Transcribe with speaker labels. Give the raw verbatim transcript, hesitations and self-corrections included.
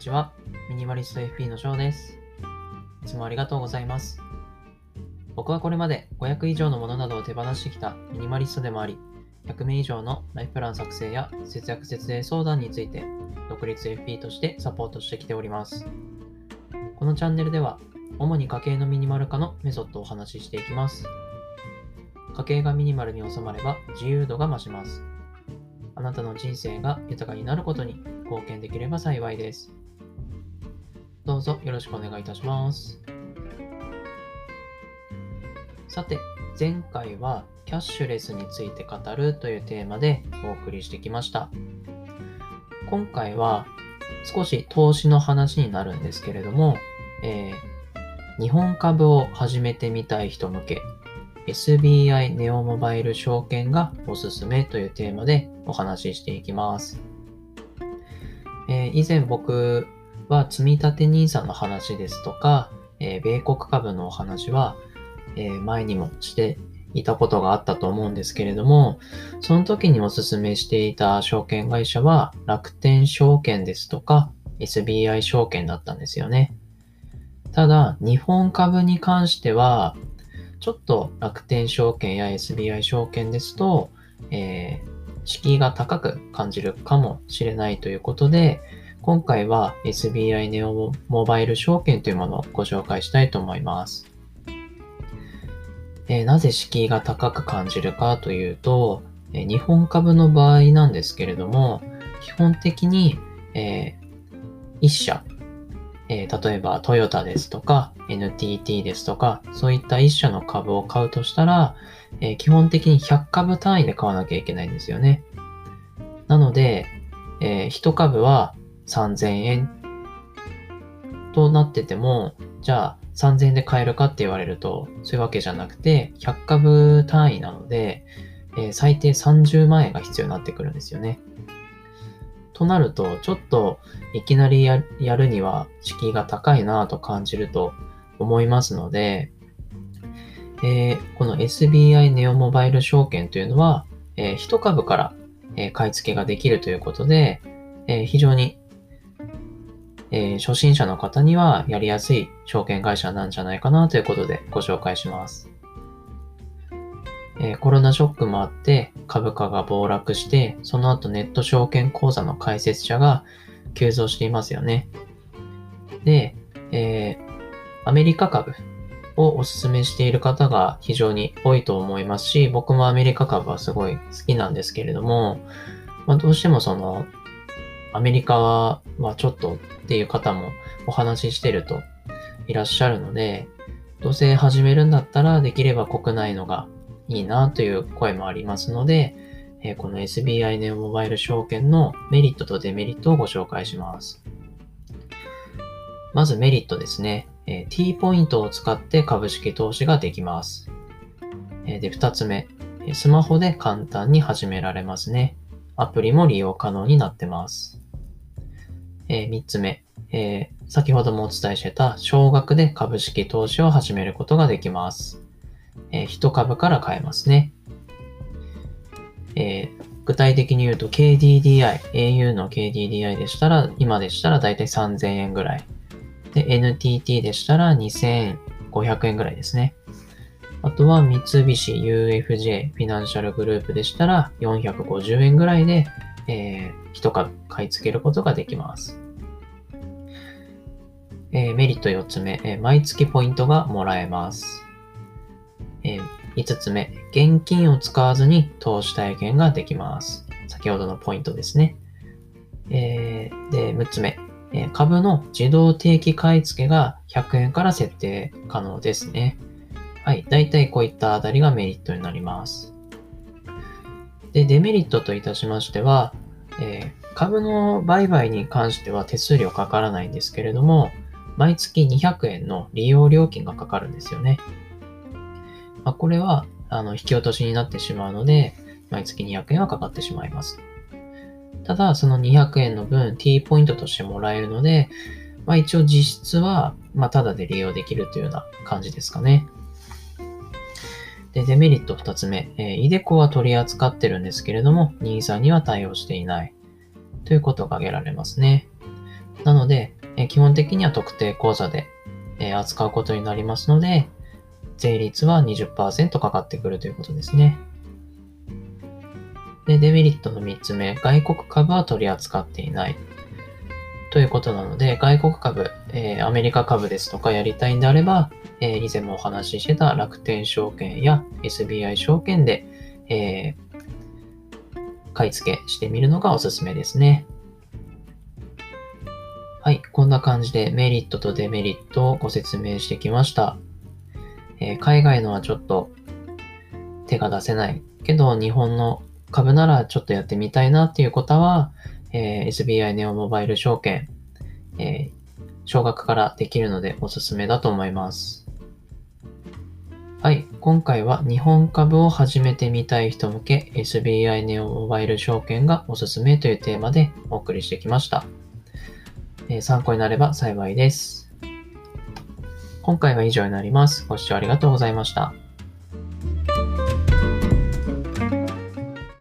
Speaker 1: ちは。ミニマリスト エフピー の翔です。いつもありがとうございます。僕はこれまでごひゃく以上のものなどを手放してきたミニマリストでもあり、ひゃくめい以上のライフプラン作成や節約節税相談について独立 エフピー としてサポートしてきております。このチャンネルでは主に家計のミニマル化のメソッドをお話ししていきます。家計がミニマルに収まれば自由度が増します。あなたの人生が豊かになることに貢献できれば幸いです。どうぞよろしくお願いいたします。さて、前回はキャッシュレスについて語るというテーマでお送りしてきました。今回は少し投資の話になるんですけれども、えー、日本株を始めてみたい人向け、エスビーアイ ネオモバイル証券がおすすめというテーマでお話ししていきます。えー、以前僕は積立 エヌアイエス の話ですとか、えー、米国株のお話は、えー、前にもしていたことがあったと思うんですけれども、その時におすすめしていた証券会社は楽天証券ですとか エスビーアイ 証券だったんですよね。ただ、日本株に関しては、ちょっと楽天証券や エスビーアイ 証券ですと、えー、敷居が高く感じるかもしれないということで、今回は エスビーアイ ネオモバイル証券というものをご紹介したいと思います。えー、なぜ敷居が高く感じるかというと、えー、日本株の場合なんですけれども、基本的に、えー、一社、えー、例えばトヨタですとか エヌティーティー ですとか、そういった一社の株を買うとしたら、えー、基本的にひゃくかぶ単位で買わなきゃいけないんですよね。なので、えー、いち株はさんぜんえんとなってても、じゃあさんぜんえんで買えるかって言われると、そういうわけじゃなくて、ひゃくかぶ単位なので、えー、最低さんじゅうまんえんが必要になってくるんですよね。となると、ちょっといきなり や, やるには敷居が高いなと感じると思いますので、えー、この エスビーアイ ネオモバイル証券というのは、えー、いち株から、えー、買い付けができるということで、えー、非常に、えー、初心者の方にはやりやすい証券会社なんじゃないかなということでご紹介します。えー、コロナショックもあって株価が暴落して、その後ネット証券口座の開設者が急増していますよね。で、えー、アメリカ株をお勧めしている方が非常に多いと思いますし、僕もアメリカ株はすごい好きなんですけれども、まあ、どうしてもそのアメリカはちょっとっていう方もお話ししてるといらっしゃるので、どうせ始めるんだったらできれば国内のがいいなという声もありますので、えー、この エスビーアイ ネオモバイル証券のメリットとデメリットをご紹介します。まずメリットですね。えー、T ポイントを使って株式投資ができます。えー、で、二つ目、スマホで簡単に始められますね。アプリも利用可能になってます。えー、三つ目、えー、先ほどもお伝えしてた少額で株式投資を始めることができます。えー、いち株から買えますね。えー、具体的に言うと ケーディーディーアイ、エーユー の ケーディーディーアイ でしたら、今でしたらだいたいさんぜんえんぐらい。で、エヌティーティー でしたらにせんごひゃくえんぐらいですね。あとは三菱 ユーエフジェー フィナンシャルグループでしたらよんひゃくごじゅうえんぐらいで、えー、いち株買い付けることができます。えー、メリットよっつめ、えー、毎月ポイントがもらえます。えー、いつつめ、現金を使わずに投資体験ができます。先ほどのポイントですね。えー、で、むっつめ、えー、株の自動定期買い付けがひゃくえんから設定可能ですね。はい、だいたいこういったあたりがメリットになります。で、デメリットといたしましては、えー、株の売買に関しては手数料かからないんですけれども、毎月にひゃくえんの利用料金がかかるんですよね。まあ、これはあの引き落としになってしまうので、毎月にひゃくえんはかかってしまいます。ただ、そのにひゃくえんの分 T ポイントとしてもらえるので、まあ、一応実質は、まあ、タダで利用できるというような感じですかね。で、デメリットふたつめ、えー、イデコは取り扱ってるんですけれども、ニーサには対応していないということが挙げられますね。 なので、え基本的には特定口座で、え扱うことになりますので、税率は にじゅっパーセント かかってくるということですね。で、デメリットのみっつめ、外国株は取り扱っていない。ということなので、外国株、えーアメリカ株ですとかやりたいんであれば、えー以前もお話ししてた楽天証券や エスビーアイ 証券で、えー買い付けしてみるのがおすすめですね。はい、こんな感じでメリットとデメリットをご説明してきました。えー海外のはちょっと手が出せないけど、日本の株ならちょっとやってみたいなっていう方は、えー エスビーアイ ネオモバイル証券、えー少額からできるのでおすすめだと思います。はい、今回は日本株を始めてみたい人向け エスビーアイ ネオモバイル証券がおすすめというテーマでお送りしてきました。えー参考になれば幸いです。今回は以上になります。ご視聴ありがとうございました。